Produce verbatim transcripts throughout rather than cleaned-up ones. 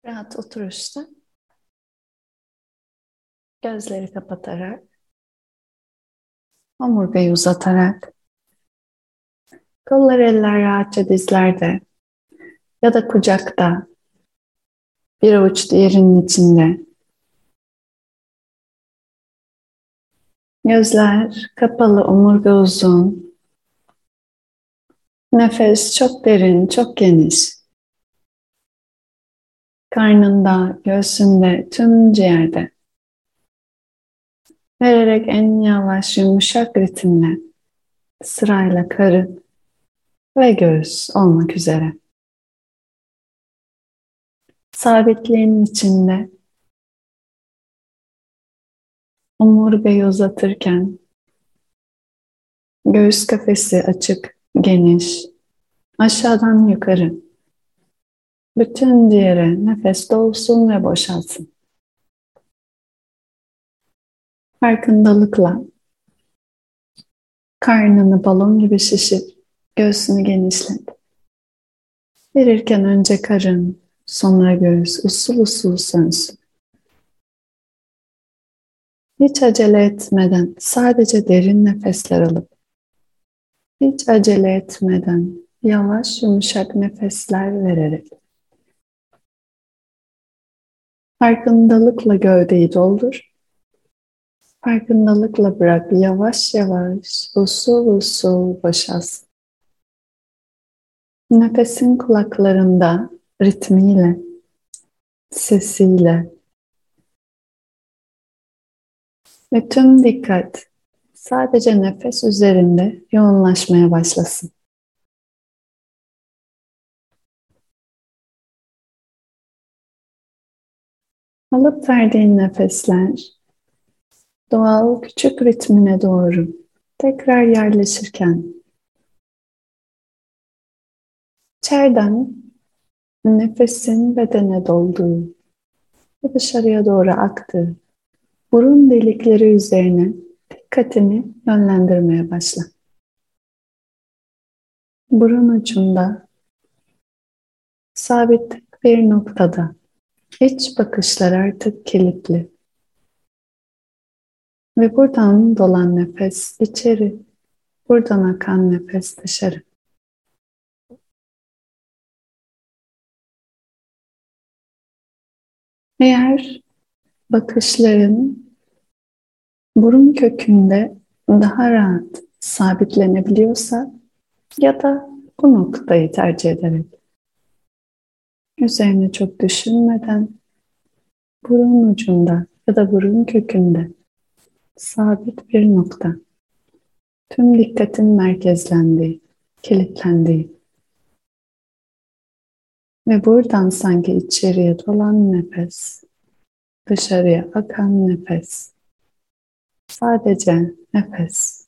Rahat oturuşta gözleri kapatarak, omurgayı uzatarak, kollar eller rahatça dizlerde ya da kucakta, bir avuç diğerinin içinde. Gözler kapalı, omurga uzun, nefes çok derin, çok geniş. Karnında, göğsünde, tüm ciğerde. Vererek en yavaş, yumuşak ritimle sırayla karın ve göğüs olmak üzere. Sabitliğin içinde omurgayı uzatırken göğüs kafesi açık, geniş, aşağıdan yukarı. Bütün diğeri nefes dolsun ve boşalsın. Farkındalıkla karnını balon gibi şişir, göğsünü genişlet. Verirken önce karın, sonra göğüs usul usul sönsün. Hiç acele etmeden sadece derin nefesler alıp, hiç acele etmeden yavaş yumuşak nefesler vererek. Farkındalıkla gövdeyi doldur. Farkındalıkla bırak yavaş yavaş usul usul boşalsın. Nefesin kulaklarında ritmiyle, sesiyle ve tüm dikkat sadece nefes üzerinde yoğunlaşmaya başlasın. Alıp verdiğin nefesler doğal küçük ritmine doğru tekrar yerleşirken içeriden nefesin bedene dolduğu ve dışarıya doğru aktığı burun delikleri üzerine dikkatini yönlendirmeye başla. Burun ucunda sabit bir noktada iç bakışlar artık kilitli ve buradan dolan nefes içeri, buradan akan nefes dışarı. Eğer bakışların burun kökünde daha rahat sabitlenebiliyorsa ya da bu noktayı tercih ederek üzerine çok düşünmeden burun ucunda ya da burun kökünde sabit bir nokta, tüm dikkatin merkezlendiği, kilitlendiği ve buradan sanki içeriye dolan nefes, dışarıya akan nefes, sadece nefes.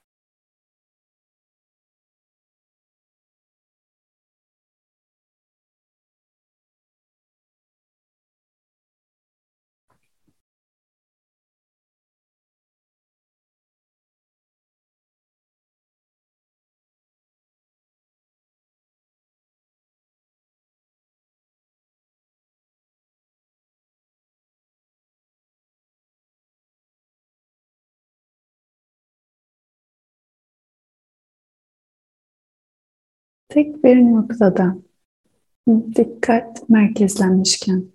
Tek bir noktada dikkat merkezlenmişken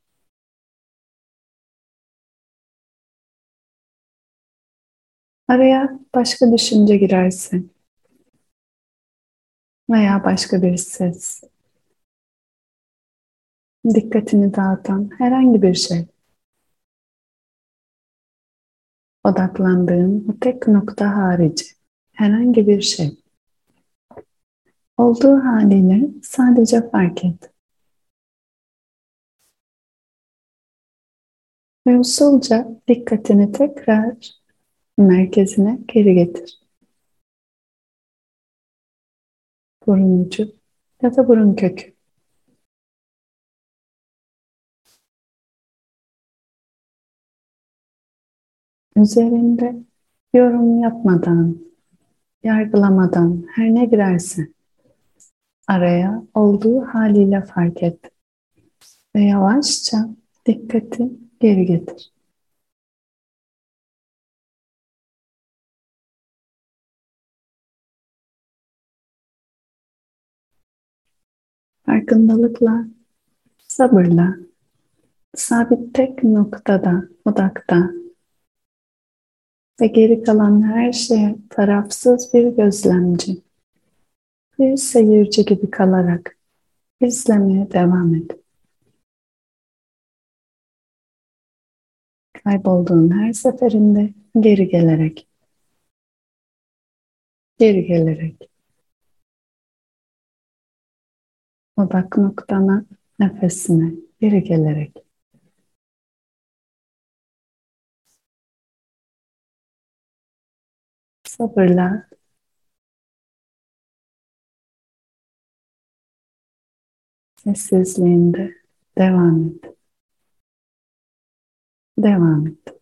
araya başka düşünce girerse veya başka bir ses, dikkatini dağıtan herhangi bir şey, odaklandığın o tek nokta harici herhangi bir şey olduğu haliyle sadece fark et. Ve usulca dikkatini tekrar merkezine geri getir. Burun ucu ya da burun kökü. Üzerinde yorum yapmadan, yargılamadan her ne girerse araya olduğu haliyle fark et. ve yavaşça dikkati geri getir. Farkındalıkla, sabırla, sabit tek noktada, odakta ve geri kalan her şeye tarafsız bir gözlemci, bir seyirci gibi kalarak izlemeye devam et. Kaybolduğun her seferinde geri gelerek, geri gelerek, odak noktana, nefesine geri gelerek, sabırla, sessizliğinde devam et, devam et.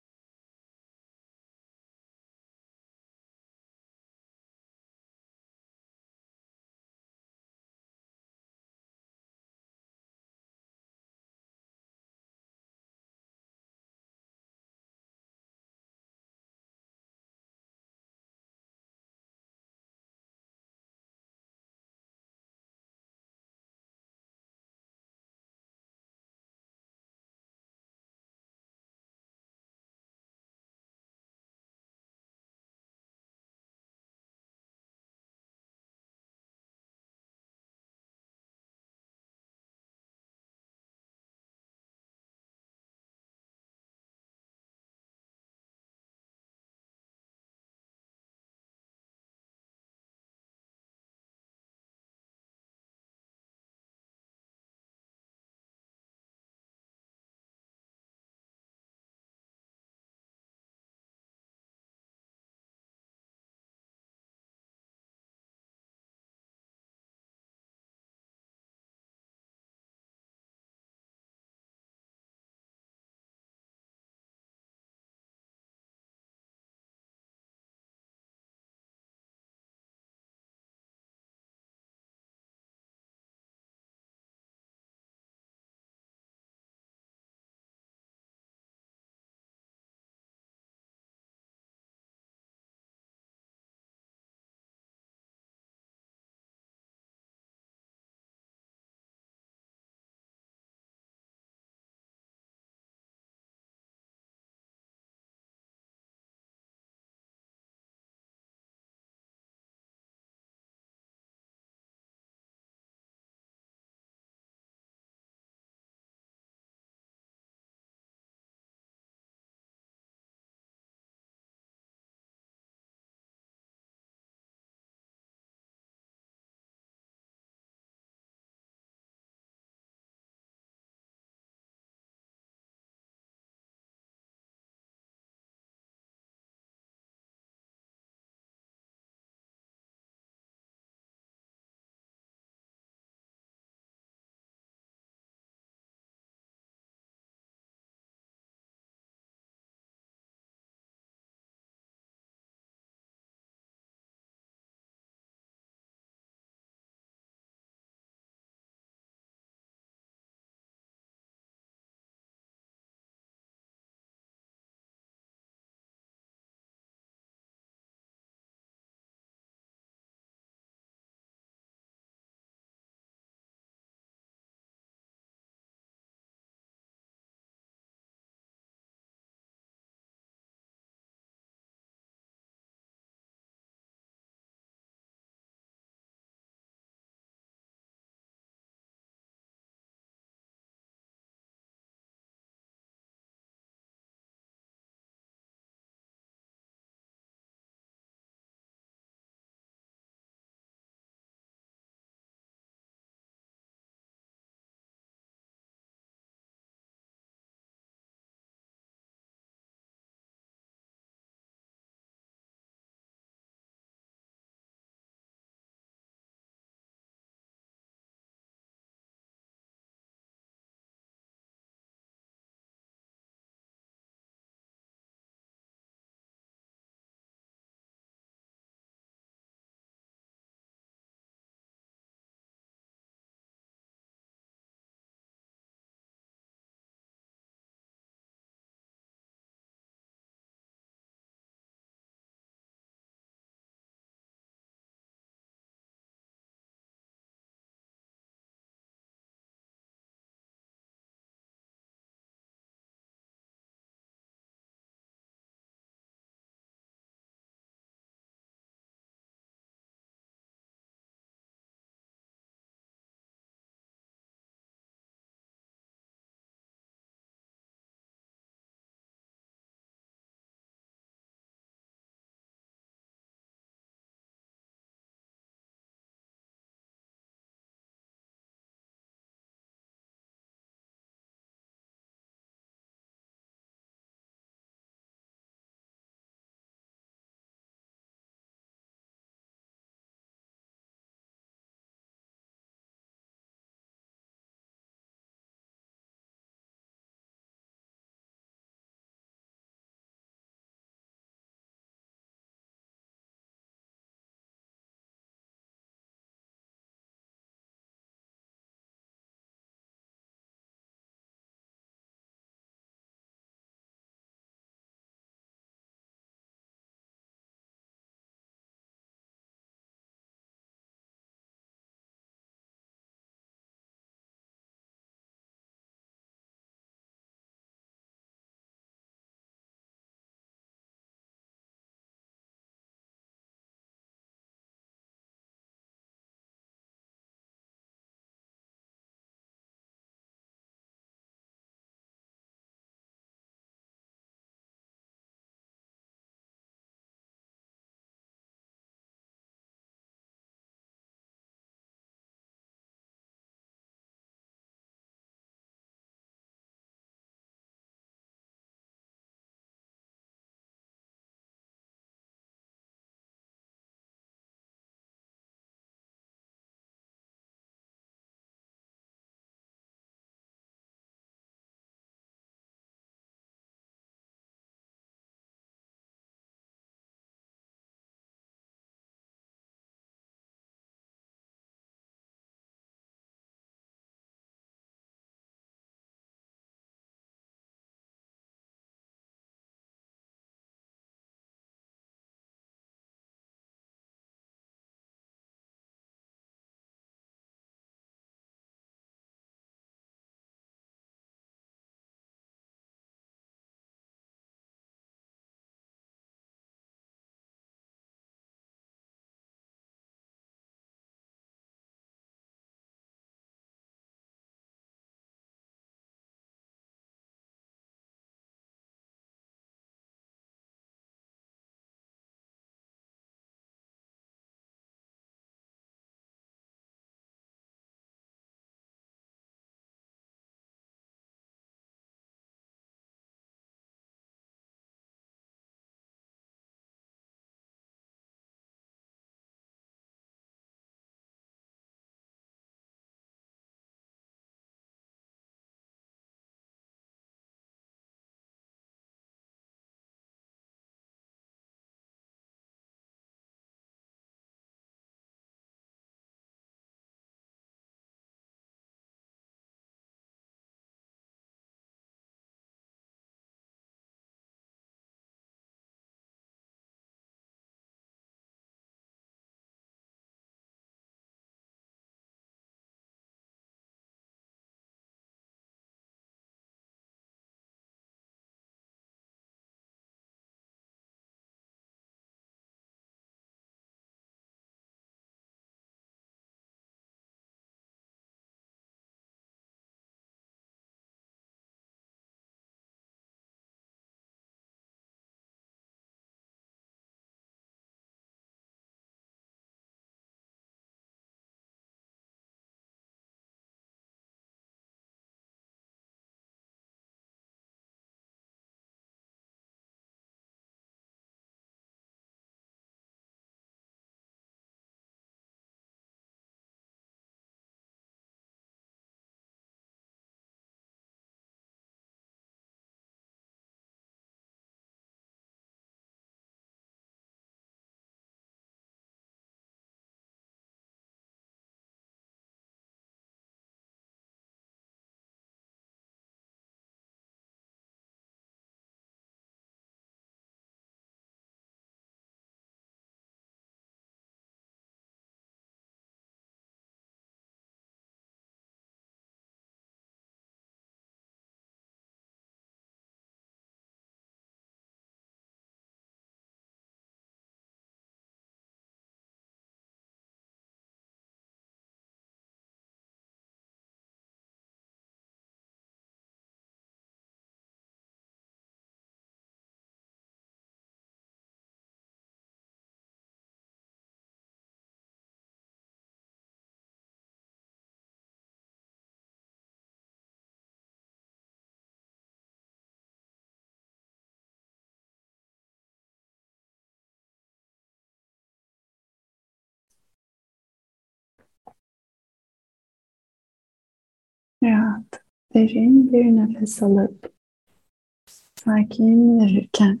derin bir nefes alıp sakin verirken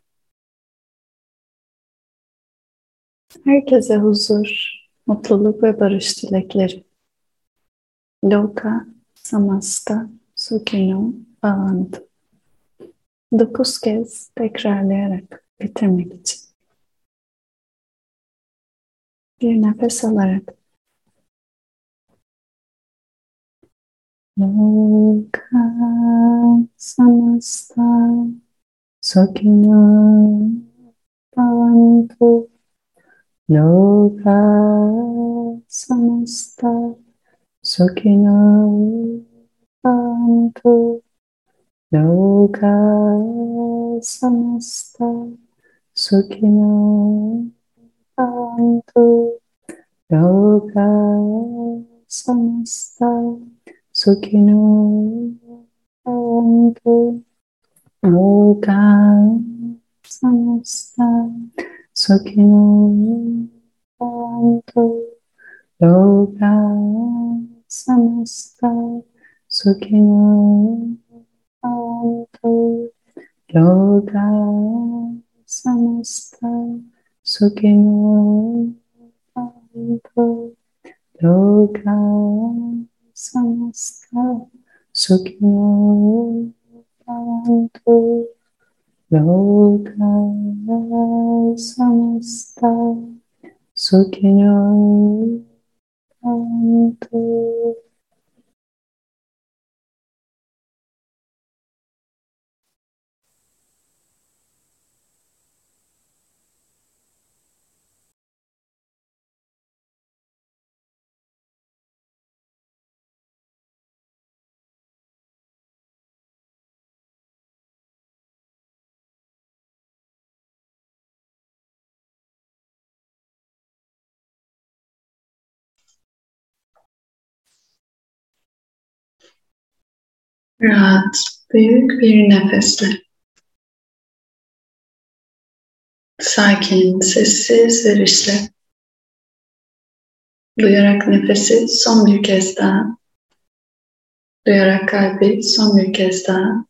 herkese huzur, mutluluk ve barış dilekleri. Loka samasta sukhino bhavantu. Dokuz kez tekrarlayarak bitirmek için. Bir nefes alarak Loka samasta sukhino bhavantu. Loka samasta sukhino bhavantu. Loka samasta sukhino bhavantu. Loka samasta sukhino bhavantu. Loka samasta sukhino bhavantu. Loka samasta sukhino bhavantu. Loka samasta sukhino bhavantu. Loka samasta sukhino bhavantu. Loka samasta sukhino bhavantu. Rahat, büyük bir nefesle, sakin, sessiz verişle, duyarak nefesi son bir kez daha, duyarak kalbi son bir kez daha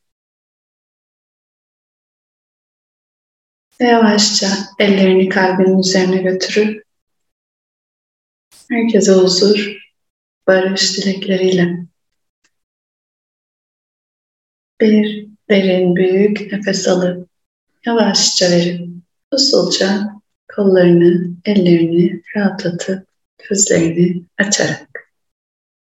ve yavaşça ellerini kalbinin üzerine götürüp herkese huzur, barış dilekleriyle bir derin büyük nefes alıp yavaşça verip usulca kollarını, ellerini rahatlatıp gözlerini açarak